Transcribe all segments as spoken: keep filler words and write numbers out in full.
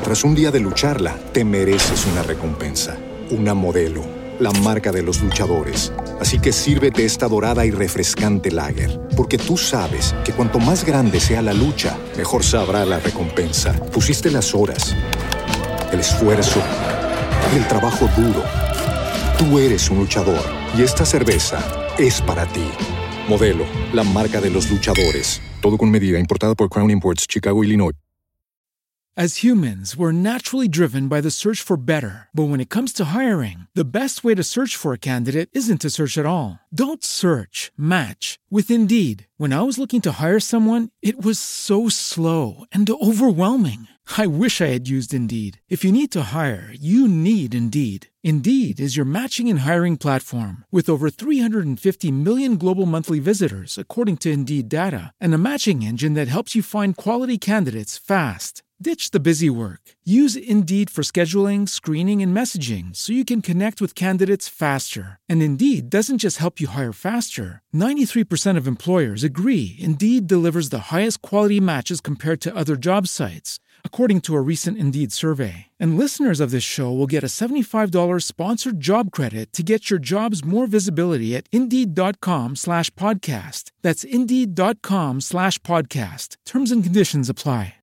Tras un día de lucharla, te mereces una recompensa. Una Modelo, la marca de los luchadores. Así que sírvete esta dorada y refrescante lager, porque tú sabes que cuanto más grande sea la lucha, mejor sabrá la recompensa. Pusiste las horas, el esfuerzo, el trabajo duro. Tú eres un luchador y esta cerveza es para ti. Modelo, la marca de los luchadores. Todo con medida, importada por Crown Imports, Chicago, Illinois. As humans, we're naturally driven by the search for better. But when it comes to hiring, the best way to search for a candidate isn't to search at all. Don't search, match with Indeed. When I was looking to hire someone, it was so slow and overwhelming. I wish I had used Indeed. If you need to hire, you need Indeed. Indeed is your matching and hiring platform with over three hundred fifty million global monthly visitors, according to Indeed data, and a matching engine that helps you find quality candidates fast. Ditch the busy work. Use Indeed for scheduling, screening, and messaging so you can connect with candidates faster. And Indeed doesn't just help you hire faster. ninety-three percent of employers agree Indeed delivers the highest quality matches compared to other job sites, according to a recent Indeed survey. And listeners of this show will get a seventy-five dollars sponsored job credit to get your jobs more visibility at Indeed.com slash podcast. That's Indeed.com slash podcast. Terms and conditions apply.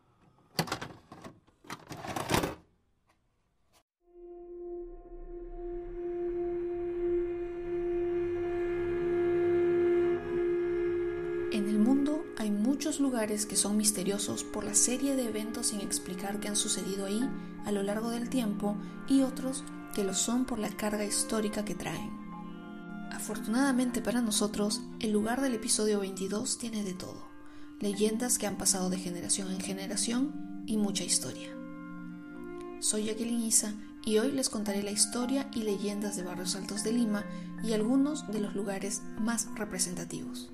En el mundo hay muchos lugares que son misteriosos por la serie de eventos sin explicar que han sucedido ahí a lo largo del tiempo y otros que lo son por la carga histórica que traen. Afortunadamente para nosotros, el lugar del episodio veintidós tiene de todo. Leyendas que han pasado de generación en generación y mucha historia. Soy Jacqueline Isa y hoy les contaré la historia y leyendas de Barrios Altos de Lima y algunos de los lugares más representativos.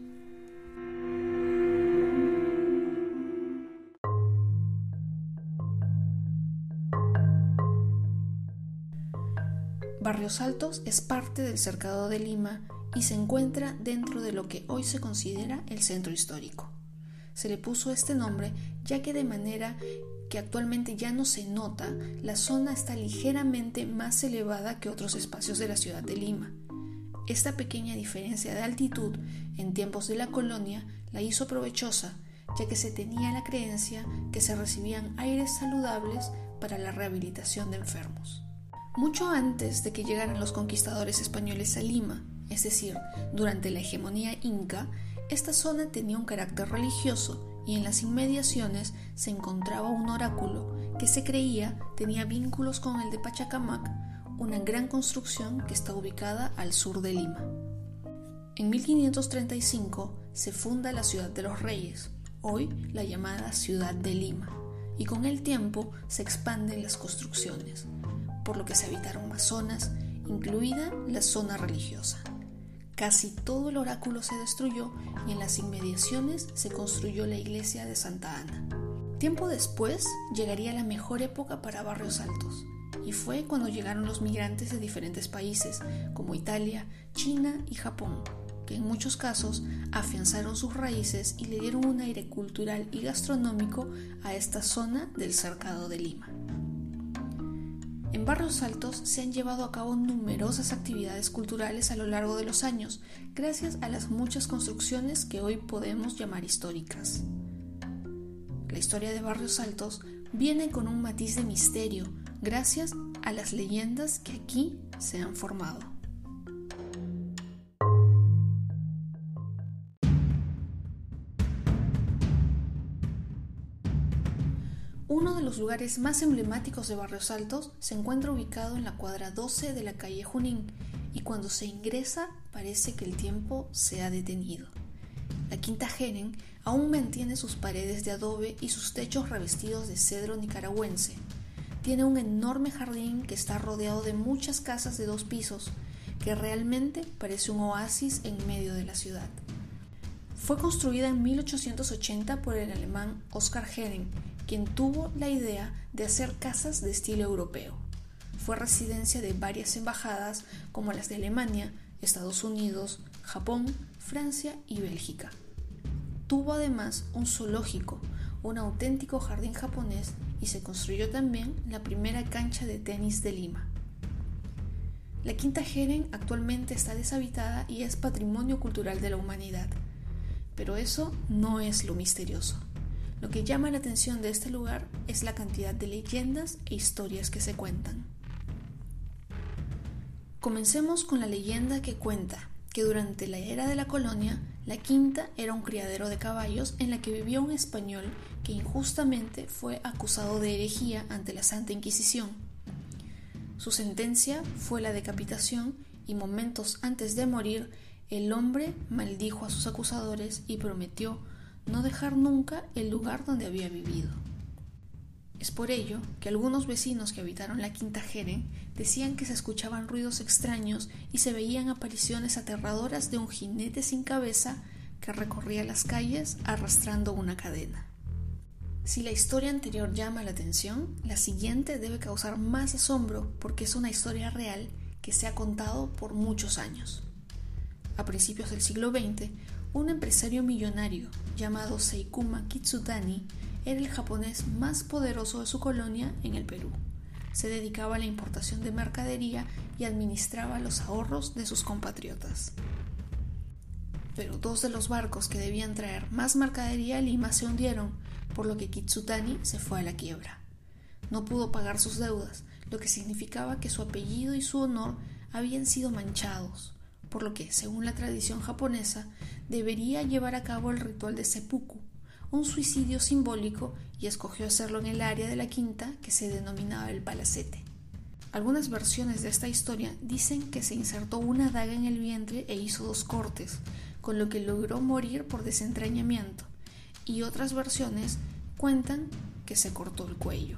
Barrios Altos es parte del Cercado de Lima y se encuentra dentro de lo que hoy se considera el centro histórico. Se le puso este nombre ya que de manera que actualmente ya no se nota, la zona está ligeramente más elevada que otros espacios de la ciudad de Lima. Esta pequeña diferencia de altitud en tiempos de la colonia la hizo provechosa, ya que se tenía la creencia que se recibían aires saludables para la rehabilitación de enfermos. Mucho antes de que llegaran los conquistadores españoles a Lima, es decir, durante la hegemonía inca, esta zona tenía un carácter religioso y en las inmediaciones se encontraba un oráculo que se creía tenía vínculos con el de Pachacamac, una gran construcción que está ubicada al sur de Lima. En mil quinientos treinta y cinco se funda la Ciudad de los Reyes, hoy la llamada Ciudad de Lima, y con el tiempo se expanden las construcciones, por lo que se habitaron más zonas, incluida la zona religiosa. Casi todo el oráculo se destruyó y en las inmediaciones se construyó la iglesia de Santa Ana. Tiempo después llegaría la mejor época para Barrios Altos, y fue cuando llegaron los migrantes de diferentes países como Italia, China y Japón, que en muchos casos afianzaron sus raíces y le dieron un aire cultural y gastronómico a esta zona del Cercado de Lima. En Barrios Altos se han llevado a cabo numerosas actividades culturales a lo largo de los años, gracias a las muchas construcciones que hoy podemos llamar históricas. La historia de Barrios Altos viene con un matiz de misterio, gracias a las leyendas que aquí se han formado. Uno de los lugares más emblemáticos de Barrios Altos se encuentra ubicado en la cuadra doce de la calle Junín, y cuando se ingresa parece que el tiempo se ha detenido. La Quinta Geren aún mantiene sus paredes de adobe y sus techos revestidos de cedro nicaragüense. Tiene un enorme jardín que está rodeado de muchas casas de dos pisos, que realmente parece un oasis en medio de la ciudad. Fue construida en mil ochocientos ochenta por el alemán Oskar Geren, quien tuvo la idea de hacer casas de estilo europeo. Fue residencia de varias embajadas como las de Alemania, Estados Unidos, Japón, Francia y Bélgica. Tuvo además un zoológico, un auténtico jardín japonés y se construyó también la primera cancha de tenis de Lima. La Quinta Jeren actualmente está deshabitada y es patrimonio cultural de la humanidad. Pero eso no es lo misterioso. Lo que llama la atención de este lugar es la cantidad de leyendas e historias que se cuentan. Comencemos con la leyenda que cuenta que durante la era de la colonia, la Quinta era un criadero de caballos en la que vivía un español que injustamente fue acusado de herejía ante la Santa Inquisición. Su sentencia fue la decapitación y momentos antes de morir, el hombre maldijo a sus acusadores y prometió no dejar nunca el lugar donde había vivido. Es por ello que algunos vecinos que habitaron la Quinta Jeren decían que se escuchaban ruidos extraños y se veían apariciones aterradoras de un jinete sin cabeza que recorría las calles arrastrando una cadena. Si la historia anterior llama la atención, la siguiente debe causar más asombro porque es una historia real que se ha contado por muchos años. A principios del siglo veinte, un empresario millonario llamado Seikuma Kitsutani era el japonés más poderoso de su colonia en el Perú. Se dedicaba a la importación de mercadería y administraba los ahorros de sus compatriotas. Pero dos de los barcos que debían traer más mercadería a Lima se hundieron, por lo que Kitsutani se fue a la quiebra. No pudo pagar sus deudas, lo que significaba que su apellido y su honor habían sido manchados, por lo que, según la tradición japonesa, debería llevar a cabo el ritual de seppuku, un suicidio simbólico, y escogió hacerlo en el área de la quinta que se denominaba el Palacete. Algunas versiones de esta historia dicen que se insertó una daga en el vientre e hizo dos cortes, con lo que logró morir por desentrañamiento, y otras versiones cuentan que se cortó el cuello.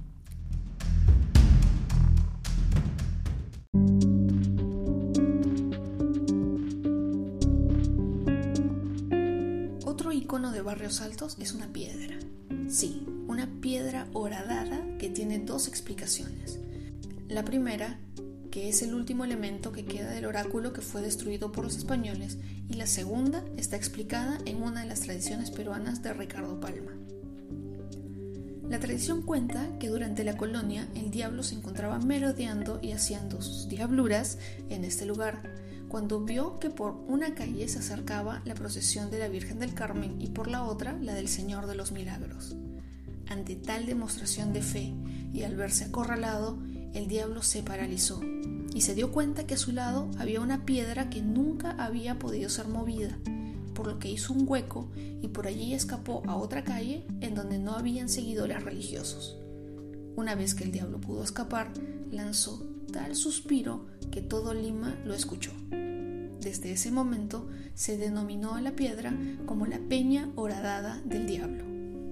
Otro icono de Barrios Altos es una piedra. Sí, una piedra horadada que tiene dos explicaciones. La primera, que es el último elemento que queda del oráculo que fue destruido por los españoles, y la segunda está explicada en una de las tradiciones peruanas de Ricardo Palma. La tradición cuenta que durante la colonia el diablo se encontraba merodeando y haciendo sus diabluras en este lugar, cuando vio que por una calle se acercaba la procesión de la Virgen del Carmen y por la otra la del Señor de los Milagros. Ante tal demostración de fe y al verse acorralado, el diablo se paralizó y se dio cuenta que a su lado había una piedra que nunca había podido ser movida, por lo que hizo un hueco y por allí escapó a otra calle en donde no habían seguidores religiosos. Una vez que el diablo pudo escapar, lanzó tal suspiro que todo Lima lo escuchó. Desde ese momento se denominó a la piedra como la Peña Horadada del Diablo.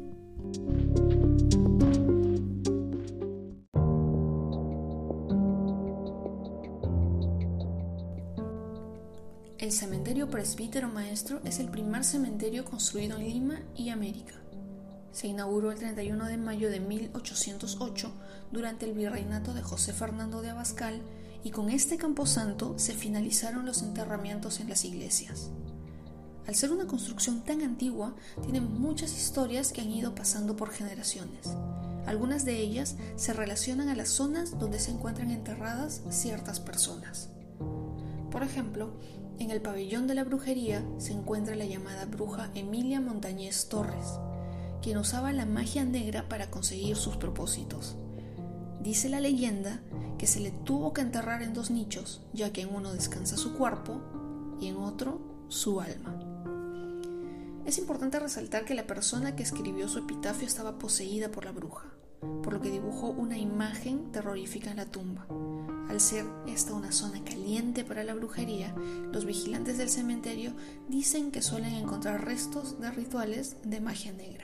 El cementerio Presbítero Maestro es el primer cementerio construido en Lima y América. Se inauguró el treinta y uno de mayo de mil ochocientos ocho durante el virreinato de José Fernando de Abascal, y con este camposanto se finalizaron los enterramientos en las iglesias. Al ser una construcción tan antigua, tiene muchas historias que han ido pasando por generaciones. Algunas de ellas se relacionan a las zonas donde se encuentran enterradas ciertas personas. Por ejemplo, en el pabellón de la brujería se encuentra la llamada bruja Emilia Montañez Torres, quien usaba la magia negra para conseguir sus propósitos. Dice la leyenda que se le tuvo que enterrar en dos nichos, ya que en uno descansa su cuerpo y en otro su alma. Es importante resaltar que la persona que escribió su epitafio estaba poseída por la bruja, por lo que dibujó una imagen terrorífica en la tumba. Al ser esta una zona caliente para la brujería, los vigilantes del cementerio dicen que suelen encontrar restos de rituales de magia negra.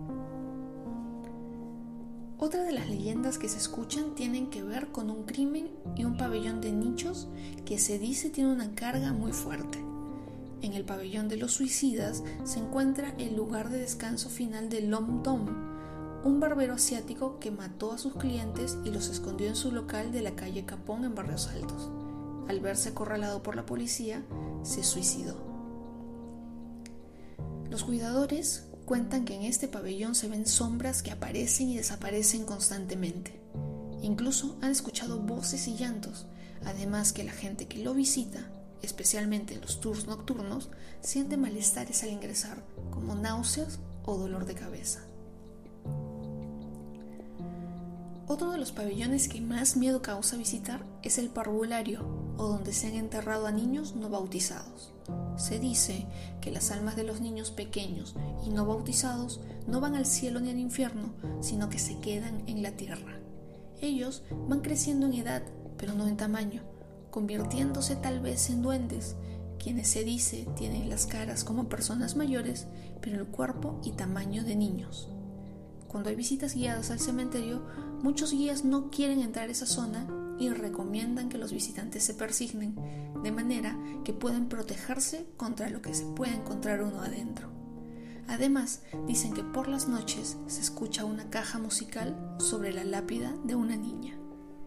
Otra de las leyendas que se escuchan tienen que ver con un crimen y un pabellón de nichos que se dice tiene una carga muy fuerte. En el pabellón de los suicidas se encuentra el lugar de descanso final de Lom Dom, un barbero asiático que mató a sus clientes y los escondió en su local de la calle Capón en Barrios Altos. Al verse acorralado por la policía, se suicidó. Los cuidadores cuentan que en este pabellón se ven sombras que aparecen y desaparecen constantemente. Incluso han escuchado voces y llantos, además que la gente que lo visita, especialmente en los tours nocturnos, siente malestares al ingresar, como náuseas o dolor de cabeza. Otro de los pabellones que más miedo causa visitar es el parvulario, o donde se han enterrado a niños no bautizados. Se dice que las almas de los niños pequeños y no bautizados no van al cielo ni al infierno, sino que se quedan en la tierra. Ellos van creciendo en edad, pero no en tamaño, convirtiéndose tal vez en duendes, quienes se dice tienen las caras como personas mayores, pero el cuerpo y tamaño de niños. Cuando hay visitas guiadas al cementerio, muchos guías no quieren entrar a esa zona y recomiendan que los visitantes se persignen, de manera que puedan protegerse contra lo que se pueda encontrar uno adentro. Además, dicen que por las noches se escucha una caja musical sobre la lápida de una niña.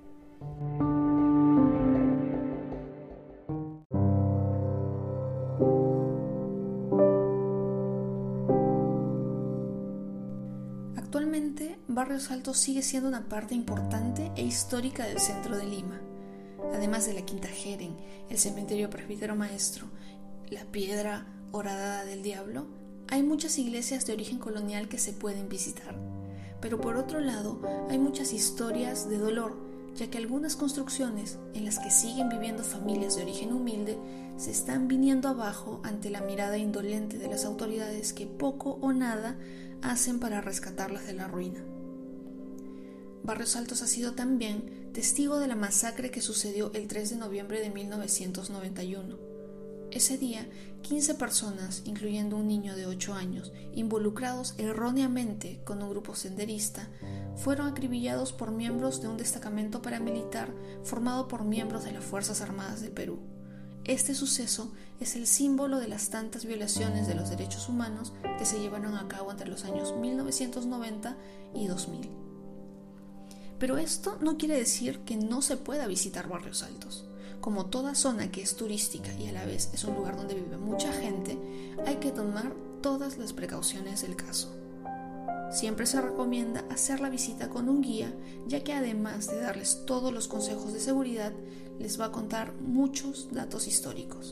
Actualmente, Barrios Altos sigue siendo una parte importante e histórica del centro de Lima. Además de la Quinta Jeren, el Cementerio Presbítero Maestro, la Piedra Horadada del Diablo, hay muchas iglesias de origen colonial que se pueden visitar. Pero por otro lado, hay muchas historias de dolor, ya que algunas construcciones en las que siguen viviendo familias de origen humilde se están viniendo abajo ante la mirada indolente de las autoridades que poco o nada hacen para rescatarlas de la ruina. Barrios Altos ha sido también testigo de la masacre que sucedió el tres de noviembre de mil novecientos noventa y uno. Ese día, quince personas, incluyendo un niño de ocho años, involucrados erróneamente con un grupo senderista, fueron acribillados por miembros de un destacamento paramilitar formado por miembros de las Fuerzas Armadas del Perú. Este suceso es el símbolo de las tantas violaciones de los derechos humanos que se llevaron a cabo entre los años mil novecientos noventa y dos mil. Pero esto no quiere decir que no se pueda visitar Barrios Altos. Como toda zona que es turística y a la vez es un lugar donde vive mucha gente, hay que tomar todas las precauciones del caso. Siempre se recomienda hacer la visita con un guía, ya que además de darles todos los consejos de seguridad, les va a contar muchos datos históricos.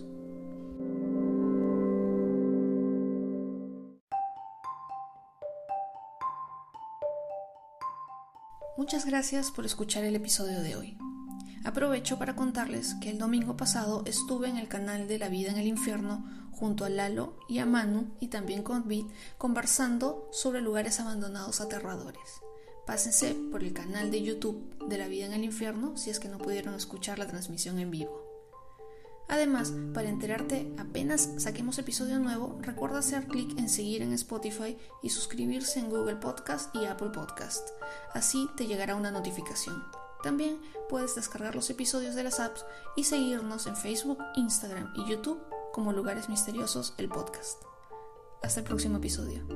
Muchas gracias por escuchar el episodio de hoy. Aprovecho para contarles que el domingo pasado estuve en el canal de La Vida en el Infierno junto a Lalo y a Manu y también con Bit conversando sobre lugares abandonados aterradores. Pásense por el canal de YouTube de La Vida en el Infierno si es que no pudieron escuchar la transmisión en vivo. Además, para enterarte apenas saquemos episodio nuevo, recuerda hacer clic en seguir en Spotify y suscribirse en Google Podcast y Apple Podcast. Así te llegará una notificación. También puedes descargar los episodios de las apps y seguirnos en Facebook, Instagram y YouTube como Lugares Misteriosos, el podcast. Hasta el próximo episodio.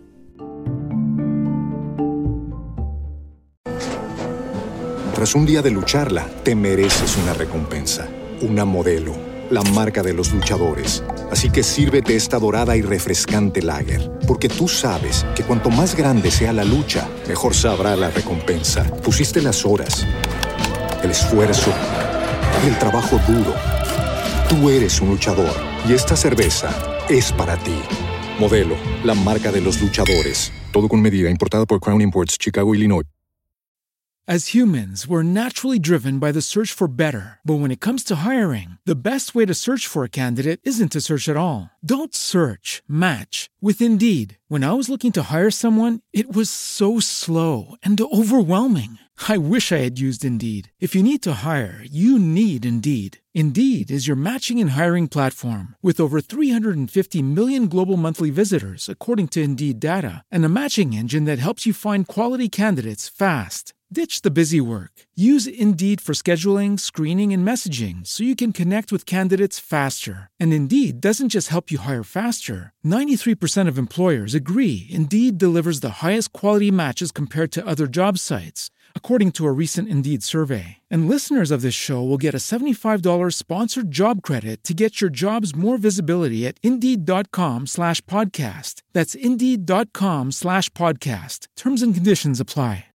Tras un día de lucharla, te mereces una recompensa, una Modelo, la marca de los luchadores. Así que sírvete esta dorada y refrescante lager, porque tú sabes que cuanto más grande sea la lucha, mejor sabrá la recompensa. Pusiste las horas, el esfuerzo, el trabajo duro. Tú eres un luchador y esta cerveza es para ti. Modelo, la marca de los luchadores. Todo con medida, importada por Crown Imports, Chicago, Illinois. As humans, we're naturally driven by the search for better. But when it comes to hiring, the best way to search for a candidate isn't to search at all. Don't search, match with Indeed. When I was looking to hire someone, it was so slow and overwhelming. I wish I had used Indeed. If you need to hire, you need Indeed. Indeed is your matching and hiring platform with over three hundred fifty million global monthly visitors, according to Indeed data, and a matching engine that helps you find quality candidates fast. Ditch the busy work. Use Indeed for scheduling, screening, and messaging so you can connect with candidates faster. And Indeed doesn't just help you hire faster. ninety-three percent of employers agree Indeed delivers the highest quality matches compared to other job sites. according to a recent Indeed survey. And listeners of this show will get a seventy-five dollars sponsored job credit to get your jobs more visibility at Indeed.com slash podcast. That's Indeed.com slash podcast. Terms and conditions apply.